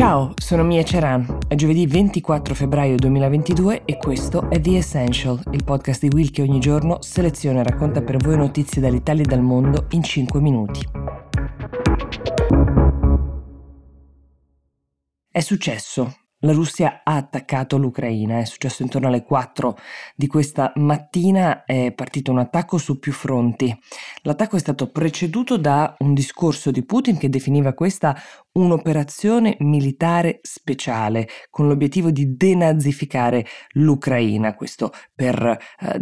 Ciao, sono Mia Ceran. È giovedì 24 febbraio 2022 e questo è The Essential, il podcast di Will che ogni giorno seleziona e racconta per voi notizie dall'Italia e dal mondo in 5 minuti. È successo. La Russia ha attaccato l'Ucraina, è successo intorno alle 4 di questa mattina, è partito un attacco su più fronti. L'attacco è stato preceduto da un discorso di Putin che definiva questa un'operazione militare speciale con l'obiettivo di denazificare l'Ucraina, questo per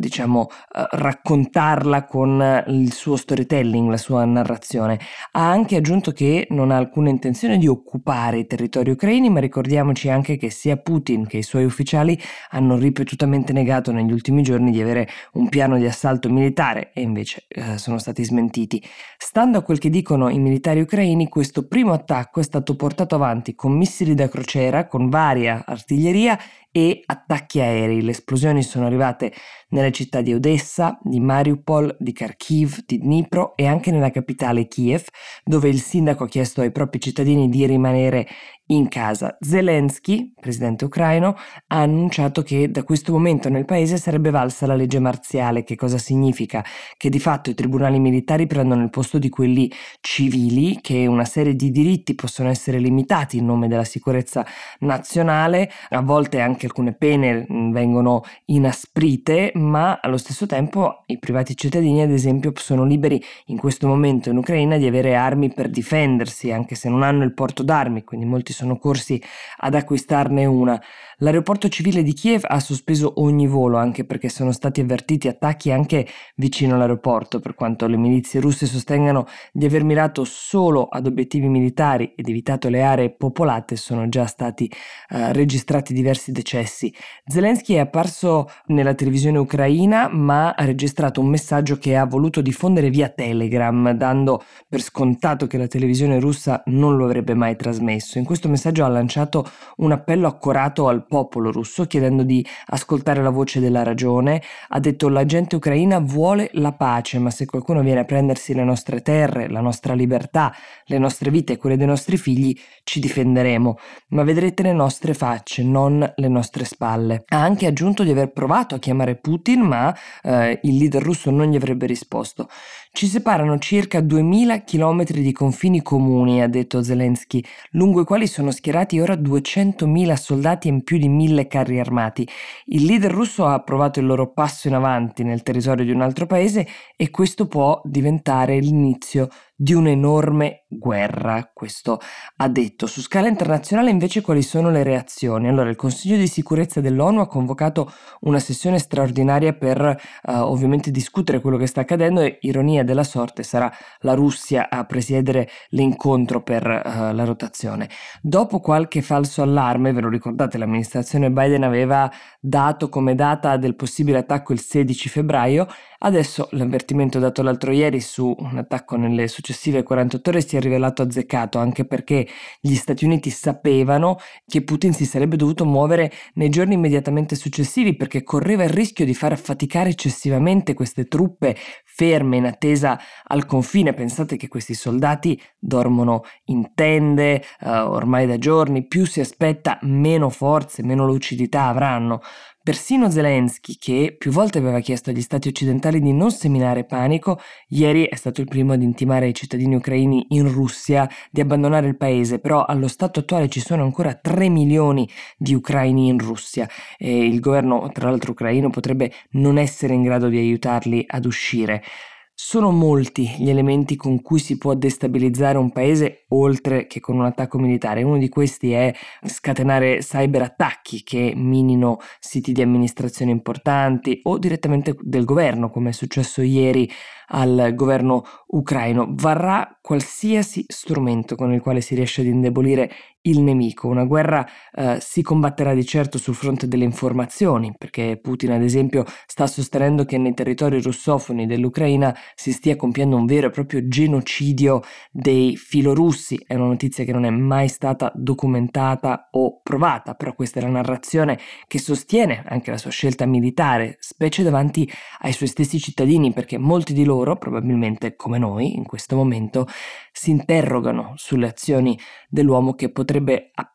raccontarla con il suo storytelling, la sua narrazione. Ha anche aggiunto che non ha alcuna intenzione di occupare i territori ucraini, ma ricordiamoci anche che sia Putin che i suoi ufficiali hanno ripetutamente negato negli ultimi giorni di avere un piano di assalto militare e invece sono stati smentiti. Stando a quel che dicono i militari ucraini, questo primo attacco è stato portato avanti con missili da crociera, con varia artiglieria e attacchi aerei. Le esplosioni sono arrivate nelle città di Odessa, di Mariupol, di Kharkiv, di Dnipro e anche nella capitale Kiev, dove il sindaco ha chiesto ai propri cittadini di rimanere in casa. Zelensky, presidente ucraino, ha annunciato che da questo momento nel paese sarebbe valsa la legge marziale. Che cosa significa? Che di fatto i tribunali militari prendono il posto di quelli civili, che una serie di diritti possono essere limitati in nome della sicurezza nazionale, a volte anche alcune pene vengono inasprite, ma allo stesso tempo i privati cittadini, ad esempio, sono liberi in questo momento in Ucraina di avere armi per difendersi, anche se non hanno il porto d'armi, quindi molti sono corsi ad acquistarne una. L'aeroporto civile di Kiev ha sospeso ogni volo, anche perché sono stati avvertiti attacchi anche vicino all'aeroporto, per quanto le milizie russe sostengano di aver mirato solo ad obiettivi militari ed evitato le aree popolate. Sono già stati registrati diversi decessi. Zelensky è apparso nella televisione ucraina, ma ha registrato un messaggio che ha voluto diffondere via Telegram, dando per scontato che la televisione russa non lo avrebbe mai trasmesso. In questo messaggio ha lanciato un appello accorato al popolo russo, chiedendo di ascoltare la voce della ragione. Ha detto: la gente ucraina vuole la pace, ma se qualcuno viene a prendersi le nostre terre, la nostra libertà, le nostre vite e quelle dei nostri figli, ci difenderemo, ma vedrete le nostre facce, non le nostre spalle. Ha anche aggiunto di aver provato a chiamare Putin, ma il leader russo non gli avrebbe risposto. Ci separano circa 2000 chilometri di confini comuni, ha detto Zelensky, lungo i quali sono schierati ora 200.000 soldati e più di 1.000 carri armati. Il leader russo ha approvato il loro passo in avanti nel territorio di un altro paese e questo può diventare l'inizio di un'enorme guerra, questo ha detto. Su scala internazionale invece quali sono le reazioni? Allora, il Consiglio di sicurezza dell'ONU ha convocato una sessione straordinaria per ovviamente discutere quello che sta accadendo e, ironia della sorte, sarà la Russia a presiedere l'incontro per la rotazione. Dopo qualche falso allarme, ve lo ricordate, l'amministrazione Biden aveva dato come data del possibile attacco il 16 febbraio, adesso l'avvertimento dato l'altro ieri su un attacco nelle successive 48 ore si è rivelato azzeccato, anche perché gli Stati Uniti sapevano che Putin si sarebbe dovuto muovere nei giorni immediatamente successivi, perché correva il rischio di far affaticare eccessivamente queste truppe ferme in attesa al confine. Pensate che questi soldati dormono in tende ormai da giorni, più si aspetta meno forze, meno lucidità avranno. Persino Zelensky, che più volte aveva chiesto agli stati occidentali di non seminare panico, ieri è stato il primo ad intimare ai cittadini ucraini in Russia di abbandonare il paese, però allo stato attuale ci sono ancora 3 milioni di ucraini in Russia e il governo, tra l'altro ucraino, potrebbe non essere in grado di aiutarli ad uscire. Sono molti gli elementi con cui si può destabilizzare un paese oltre che con un attacco militare. Uno di questi è scatenare cyberattacchi che minino siti di amministrazione importanti o direttamente del governo, come è successo ieri al governo ucraino. Varrà qualsiasi strumento con il quale si riesce ad indebolire il nemico. Una guerra si combatterà di certo sul fronte delle informazioni, perché Putin ad esempio sta sostenendo che nei territori russofoni dell'Ucraina si stia compiendo un vero e proprio genocidio dei filorussi. È una notizia che non è mai stata documentata o provata, però questa è la narrazione che sostiene anche la sua scelta militare, specie davanti ai suoi stessi cittadini, perché molti di loro, probabilmente come noi in questo momento, si interrogano sulle azioni dell'uomo che potrebbe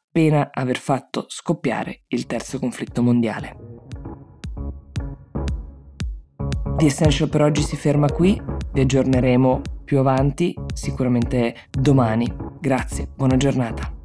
appena aver fatto scoppiare il terzo conflitto mondiale. The Essential per oggi si ferma qui, vi aggiorneremo più avanti, sicuramente domani. Grazie, buona giornata.